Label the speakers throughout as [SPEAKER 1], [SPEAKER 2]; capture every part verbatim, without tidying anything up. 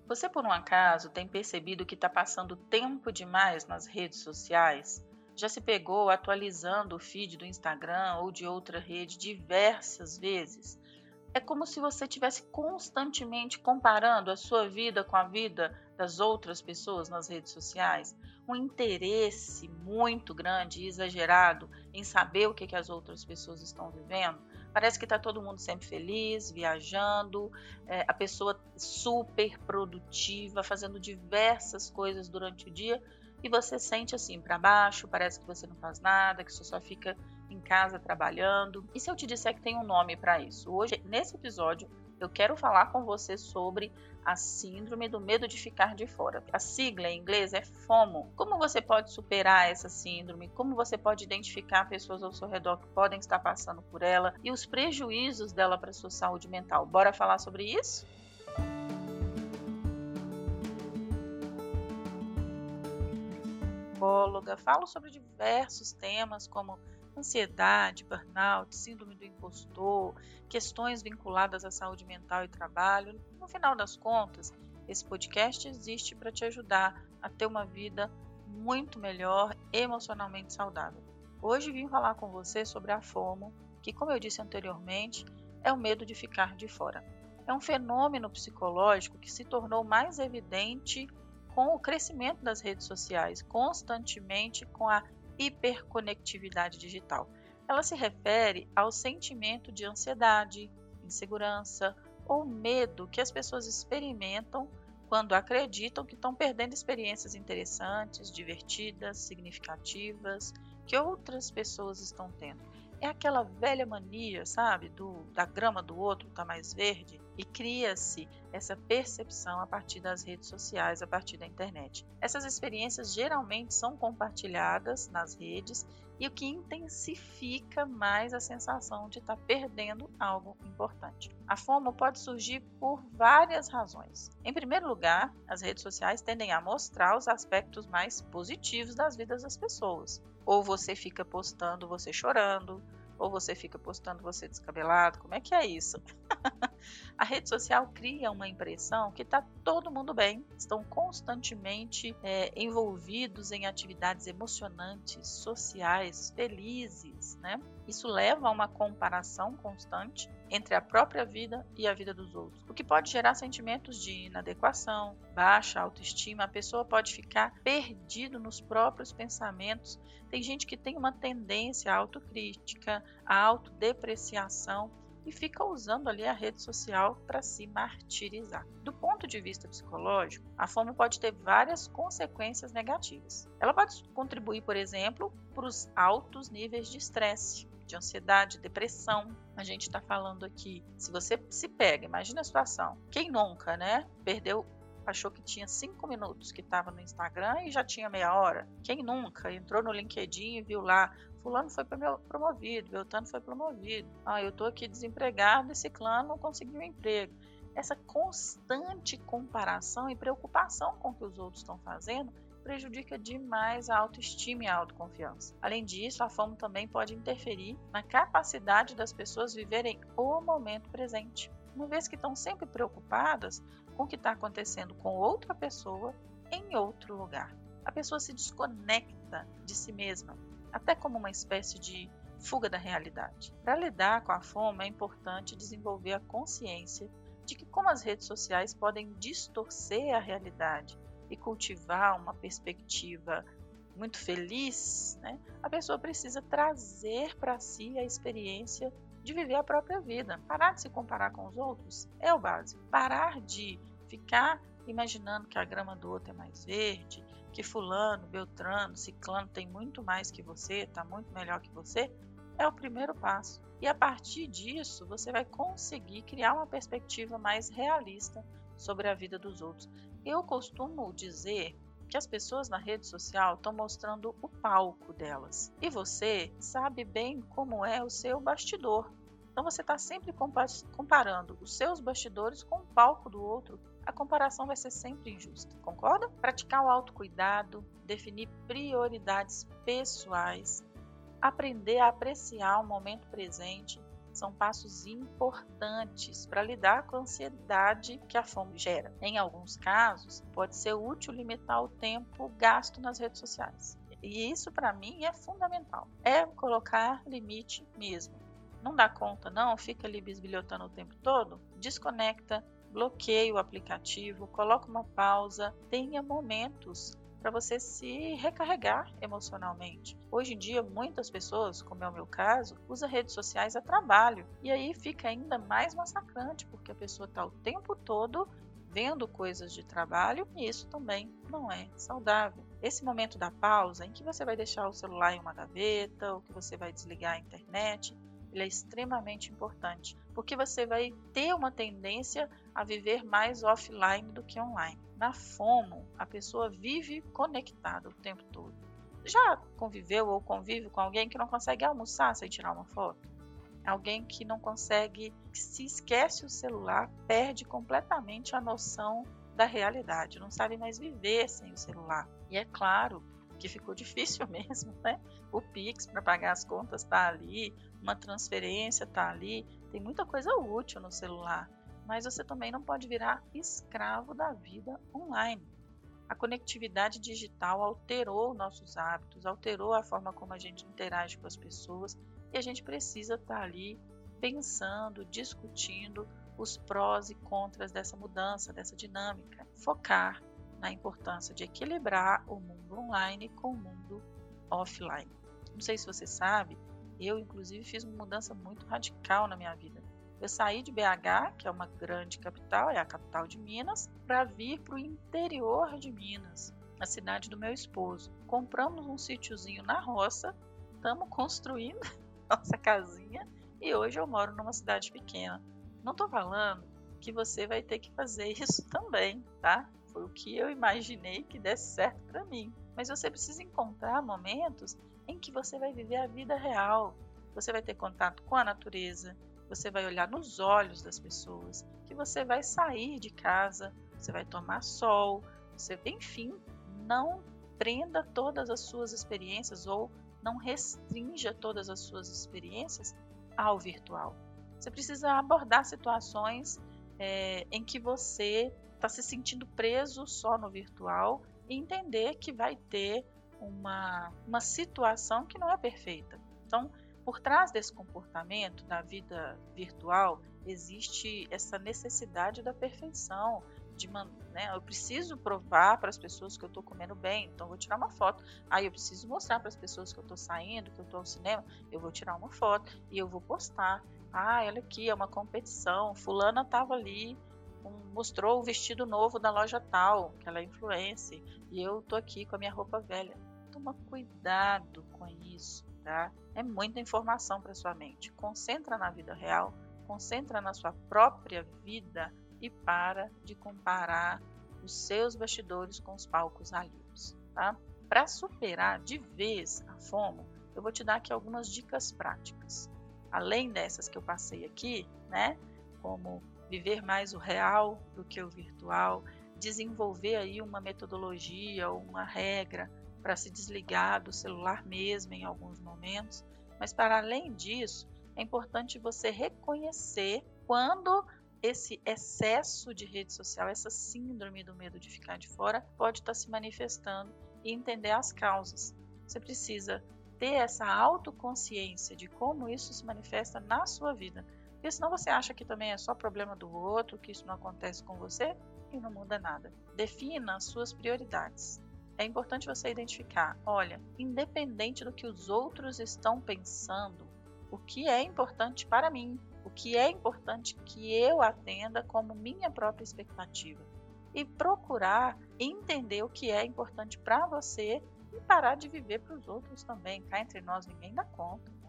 [SPEAKER 1] Você, por um acaso, tem percebido que está passando tempo demais nas redes sociais? Já se pegou atualizando o feed do Instagram ou de outra rede diversas vezes? É como se você estivesse constantemente comparando a sua vida com a vida das outras pessoas nas redes sociais. Um interesse muito grande e exagerado em saber o que, que as outras pessoas estão vivendo. Parece que está todo mundo sempre feliz, viajando, é, a pessoa super produtiva, fazendo diversas coisas durante o dia e você sente assim para baixo, parece que você não faz nada, que você só fica em casa trabalhando. E se eu te disser que tem um nome para isso? Hoje, nesse episódio, eu quero falar com você sobre a síndrome do medo de ficar de fora. A sigla em inglês é FOMO. Como você pode superar essa síndrome? Como você pode identificar pessoas ao seu redor que podem estar passando por ela e os prejuízos dela para a sua saúde mental? Bora falar sobre isso? Psicóloga, falo sobre diversos temas como ansiedade, burnout, síndrome do impostor, questões vinculadas à saúde mental e trabalho. No final das contas, esse podcast existe para te ajudar a ter uma vida muito melhor, emocionalmente saudável. Hoje vim falar com você sobre a FOMO, que, como eu disse anteriormente, é o medo de ficar de fora. É um fenômeno psicológico que se tornou mais evidente com o crescimento das redes sociais, constantemente com a hiperconectividade digital. Ela se refere ao sentimento de ansiedade, insegurança ou medo que as pessoas experimentam quando acreditam que estão perdendo experiências interessantes, divertidas, significativas, que outras pessoas estão tendo. É aquela velha mania, sabe, do, da grama do outro está mais verde, e cria-se essa percepção a partir das redes sociais, a partir da internet. Essas experiências geralmente são compartilhadas nas redes e o que intensifica mais a sensação de estar perdendo algo importante. A FOMO pode surgir por várias razões. Em primeiro lugar, as redes sociais tendem a mostrar os aspectos mais positivos das vidas das pessoas. Ou você fica postando você chorando, ou você fica postando você descabelado. Como é que é isso? A rede social cria uma impressão que está todo mundo bem, estão constantemente é, envolvidos em atividades emocionantes, sociais, felizes, né? Isso leva a uma comparação constante entre a própria vida e a vida dos outros, o que pode gerar sentimentos de inadequação, baixa autoestima. A pessoa pode ficar perdido nos próprios pensamentos. Tem gente que tem uma tendência à autocrítica, à autodepreciação, e fica usando ali a rede social para se martirizar. Do ponto de vista psicológico, a FOMO pode ter várias consequências negativas. Ela pode contribuir, por exemplo, para os altos níveis de estresse, de ansiedade, depressão. A gente está falando aqui, se você se pega, imagina a situação, quem nunca, né, perdeu, achou que tinha cinco minutos que estava no Instagram e já tinha meia hora? Quem nunca entrou no LinkedIn e viu lá, fulano foi promovido, Beltrano foi promovido, ah, eu estou aqui desempregado e ciclano não conseguiu um emprego. Essa constante comparação e preocupação com o que os outros estão fazendo prejudica demais a autoestima e a autoconfiança. Além disso, a FOMO também pode interferir na capacidade das pessoas viverem o momento presente, uma vez que estão sempre preocupadas com o que está acontecendo com outra pessoa em outro lugar. A pessoa se desconecta de si mesma, até como uma espécie de fuga da realidade. Para lidar com a FOMO, é importante desenvolver a consciência de que, como as redes sociais podem distorcer a realidade e cultivar uma perspectiva muito feliz, né, a pessoa precisa trazer para si a experiência de viver a própria vida. Parar de se comparar com os outros é o básico. Parar de ficar imaginando que a grama do outro é mais verde, que fulano, beltrano, ciclano tem muito mais que você, está muito melhor que você, é o primeiro passo. E a partir disso, você vai conseguir criar uma perspectiva mais realista sobre a vida dos outros. Eu costumo dizer que as pessoas na rede social estão mostrando o palco delas. E você sabe bem como é o seu bastidor. Então você está sempre comparando os seus bastidores com o palco do outro. A comparação vai ser sempre injusta, concorda? Praticar o autocuidado, definir prioridades pessoais, aprender a apreciar o momento presente são passos importantes para lidar com a ansiedade que a fome gera. Em alguns casos, pode ser útil limitar o tempo gasto nas redes sociais. E isso, para mim, é fundamental. É colocar limite mesmo. Não dá conta, não? Fica ali bisbilhotando o tempo todo? Desconecta, bloqueia o aplicativo, coloca uma pausa, tenha momentos para você se recarregar emocionalmente. Hoje em dia, muitas pessoas, como é o meu caso, usam redes sociais a trabalho. E aí fica ainda mais massacrante, porque a pessoa está o tempo todo vendo coisas de trabalho e isso também não é saudável. Esse momento da pausa, em que você vai deixar o celular em uma gaveta, ou que você vai desligar a internet, ele é extremamente importante, porque você vai ter uma tendência a viver mais offline do que online. Na FOMO, a pessoa vive conectada o tempo todo. Já conviveu ou convive com alguém que não consegue almoçar sem tirar uma foto? Alguém que não consegue, que se esquece o celular, perde completamente a noção da realidade, não sabe mais viver sem o celular. E é claro que ficou difícil mesmo, né? O Pix para pagar as contas está ali, uma transferência está ali, tem muita coisa útil no celular, mas você também não pode virar escravo da vida online. A conectividade digital alterou nossos hábitos, alterou a forma como a gente interage com as pessoas e a gente precisa estar ali pensando, discutindo os prós e contras dessa mudança, dessa dinâmica. Focar na importância de equilibrar o mundo online com o mundo offline. Não sei se você sabe, eu inclusive fiz uma mudança muito radical na minha vida. Eu saí de B H, que é uma grande capital, é a capital de Minas, para vir para o interior de Minas, a cidade do meu esposo. Compramos um sítiozinho na roça, estamos construindo nossa casinha e hoje eu moro numa cidade pequena. Não estou falando que você vai ter que fazer isso também, tá? Foi o que eu imaginei que desse certo para mim. Mas você precisa encontrar momentos em que você vai viver a vida real. Você vai ter contato com a natureza, você vai olhar nos olhos das pessoas, que você vai sair de casa, você vai tomar sol, você, enfim, não prenda todas as suas experiências ou não restrinja todas as suas experiências ao virtual. Você precisa abordar situações é, em que você está se sentindo preso só no virtual e entender que vai ter uma, uma situação que não é perfeita. Então, por trás desse comportamento da vida virtual, existe essa necessidade da perfeição, de, né, eu preciso provar para as pessoas que eu estou comendo bem, então eu vou tirar uma foto. Aí eu preciso mostrar para as pessoas que eu estou saindo, que eu estou ao cinema, eu vou tirar uma foto e eu vou postar. Ah, olha aqui, é uma competição, fulana estava ali, um, mostrou o vestido novo da loja tal, que ela é influencer, e eu estou aqui com a minha roupa velha. Toma cuidado com isso. Tá? É muita informação para sua mente. Concentra na vida real, concentra na sua própria vida e para de comparar os seus bastidores com os palcos alheios. Tá? Para superar de vez a FOMO, eu vou te dar aqui algumas dicas práticas. Além dessas que eu passei aqui, né? Como viver mais o real do que o virtual, desenvolver aí uma metodologia ou uma regra para se desligar do celular mesmo em alguns momentos, mas para além disso, é importante você reconhecer quando esse excesso de rede social, essa síndrome do medo de ficar de fora, pode estar se manifestando e entender as causas. Você precisa ter essa autoconsciência de como isso se manifesta na sua vida, porque senão você acha que também é só problema do outro, que isso não acontece com você e não muda nada. Defina as suas prioridades. É importante você identificar, olha, independente do que os outros estão pensando, o que é importante para mim, o que é importante que eu atenda como minha própria expectativa. E procurar entender o que é importante para você e parar de viver para os outros também. Cá entre nós, ninguém dá conta. Né?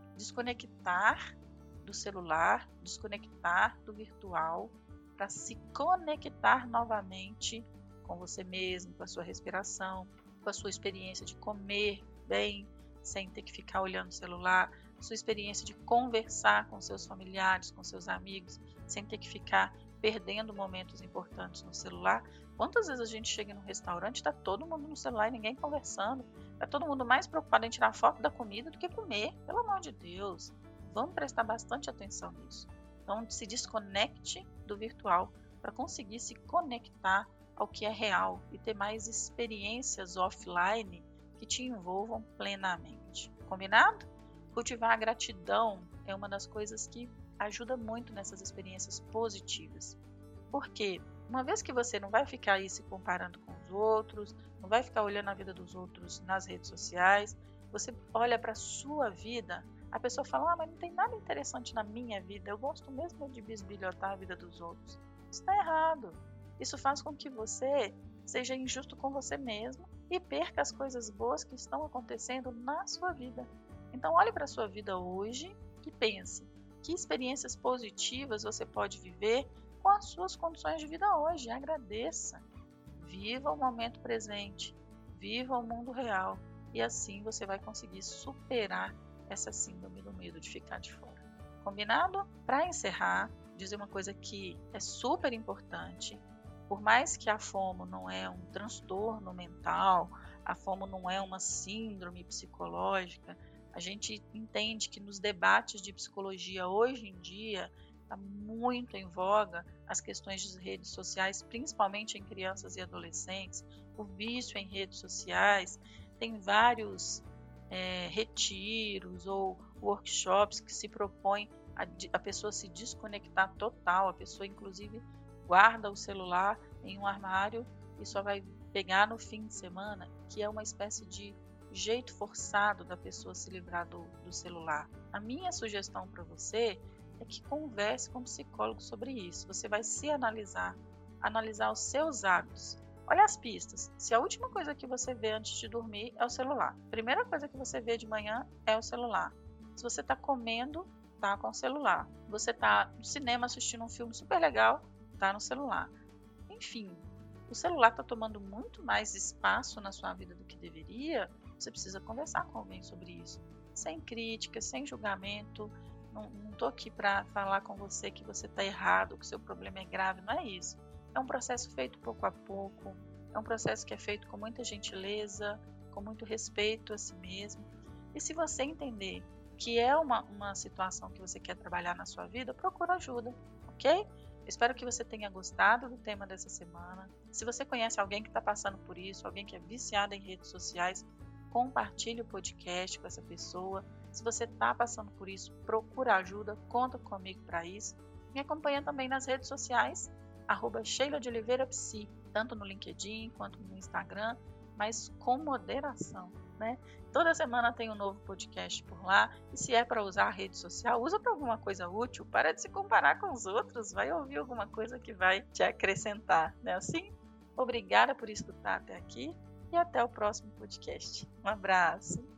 [SPEAKER 1] Desconectar do celular, desconectar do virtual, para se conectar novamente com você mesmo, com a sua respiração, com a sua experiência de comer bem, sem ter que ficar olhando o celular, sua experiência de conversar com seus familiares, com seus amigos, sem ter que ficar perdendo momentos importantes no celular. Quantas vezes a gente chega num restaurante e está todo mundo no celular e ninguém conversando? Está todo mundo mais preocupado em tirar foto da comida do que comer. Pelo amor de Deus, Vamos prestar bastante atenção nisso. Então, se desconecte do virtual para conseguir se conectar ao que é real e ter mais experiências offline que te envolvam plenamente. Combinado? Cultivar a gratidão é uma das coisas que ajuda muito nessas experiências positivas. Porque uma vez que você não vai ficar aí se comparando com os outros, não vai ficar olhando a vida dos outros nas redes sociais, você olha para a sua vida, a pessoa fala, ah, mas não tem nada interessante na minha vida, eu gosto mesmo de bisbilhotar a vida dos outros. Isso está errado. Isso faz com que você seja injusto com você mesmo e perca as coisas boas que estão acontecendo na sua vida. Então olhe para a sua vida hoje e pense, que experiências positivas você pode viver com as suas condições de vida hoje. Agradeça. Viva o momento presente. Viva o mundo real. E assim você vai conseguir superar essa síndrome do medo de ficar de fora. Combinado? Para encerrar, dizer uma coisa que é super importante. Por mais que a FOMO não é um transtorno mental, a FOMO não é uma síndrome psicológica, a gente entende que nos debates de psicologia hoje em dia está muito em voga as questões de redes sociais, principalmente em crianças e adolescentes, o vício em redes sociais. Tem vários é, retiros ou workshops que se propõem a, a pessoa se desconectar total, a pessoa inclusive guarda o celular em um armário e só vai pegar no fim de semana, que é uma espécie de jeito forçado da pessoa se livrar do, do celular. A minha sugestão para você é que converse com um psicólogo sobre isso. Você vai se analisar, analisar os seus hábitos. Olha as pistas. Se a última coisa que você vê antes de dormir é o celular, a primeira coisa que você vê de manhã é o celular. Se você está comendo, tá com o celular. Você está no cinema assistindo um filme super legal, tá no celular. Enfim, o celular está tomando muito mais espaço na sua vida do que deveria. Você precisa conversar com alguém sobre isso, sem crítica, sem julgamento. Não estou aqui para falar com você que você está errado, que o seu problema é grave, não é isso. É um processo feito pouco a pouco, é um processo que é feito com muita gentileza, com muito respeito a si mesmo. E se você entender que é uma, uma situação que você quer trabalhar na sua vida, procura ajuda, ok? Espero que você tenha gostado do tema dessa semana. Se você conhece alguém que está passando por isso, alguém que é viciado em redes sociais, compartilhe o podcast com essa pessoa. Se você está passando por isso, procura ajuda, conta comigo para isso. Me acompanha também nas redes sociais, arroba Sheila de Oliveira Psi, tanto no LinkedIn quanto no Instagram, mas com moderação, né? Toda semana tem um novo podcast por lá, e se é para usar a rede social, usa para alguma coisa útil, para de se comparar com os outros, vai ouvir alguma coisa que vai te acrescentar, não é assim? Obrigada por escutar até aqui e até o próximo podcast. Um abraço!